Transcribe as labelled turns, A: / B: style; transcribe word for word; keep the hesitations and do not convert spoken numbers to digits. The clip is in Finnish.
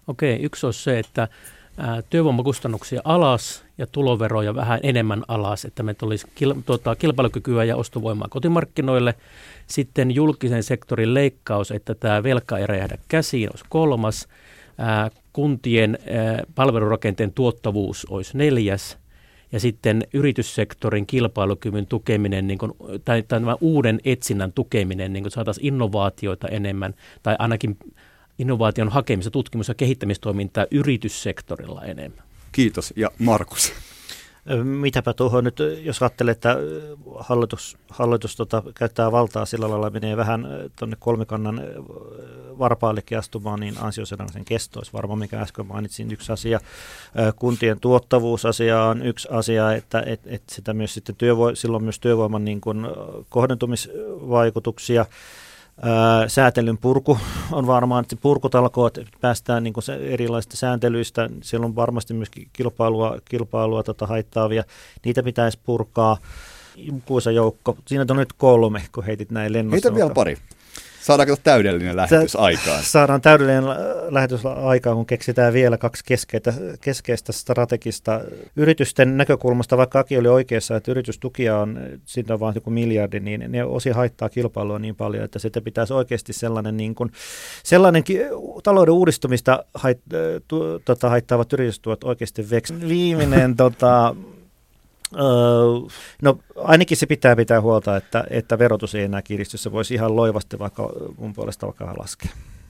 A: Okei, yksi olisi se, että ää, työvoimakustannuksia alas ja tuloveroja vähän enemmän alas, että me tulisi kil, tuota, kilpailukykyä ja ostovoimaa kotimarkkinoille. Sitten julkisen sektorin leikkaus, että tämä velka ei räjähdä käsiin, olisi kolmas. Ää, kuntien ää, palvelurakenteen tuottavuus olisi neljäs. Ja sitten yrityssektorin kilpailukyvyn tukeminen, niin kuin, tai, tai tämän uuden etsinnän tukeminen, niin kuin saataisiin innovaatioita enemmän, tai ainakin innovaation hakemista, tutkimus- ja kehittämistoimintaa yrityssektorilla enemmän.
B: Kiitos. Ja Markus?
C: Mitäpä tuohon nyt, jos ajattelee, että hallitus, hallitus tota, käyttää valtaa sillä lailla, menee vähän tuonne kolmikannan varpaallekin astumaan, niin ansiosidonnaisen kesto olisi varmaan, mikä äsken mainitsin, yksi asia. Kuntien tuottavuusasia on yksi asia, että et, et sitä myös sitten työvo, silloin myös työvoiman niin kuin kohdentumisvaikutuksia. Ää, säätelyn purku on varmaan, että purkutalkoot päästään niin kuin erilaisista sääntelyistä, siellä on varmasti myös kilpailua, kilpailua tota, haittaavia, niitä pitäisi purkaa. Kuusa joukko, siinä on nyt kolme, kun heitit näin lennosta.
B: Heitä vielä pari. Saadaanko täydellinen lähetys aikaan?
C: Saadaan täydellinen lähetys aikaan, kun keksitään vielä kaksi keskeistä, keskeistä strategista. Yritysten näkökulmasta, vaikka Aki oli oikeassa, että yritystukia on, siitä on vain joku miljardi, niin ne osin haittaa kilpailua niin paljon, että sitä pitäisi oikeasti sellainen, niin kuin, sellainen talouden uudistumista hait, tu, tota, haittaavat yritystuot oikeasti veksi. Viimeinen... tota, Öö, no ainakin se pitää pitää huolta, että, että verotus ei enää kiristy, se voisi ihan loivasti vaikka mun puolesta vaikka laskea.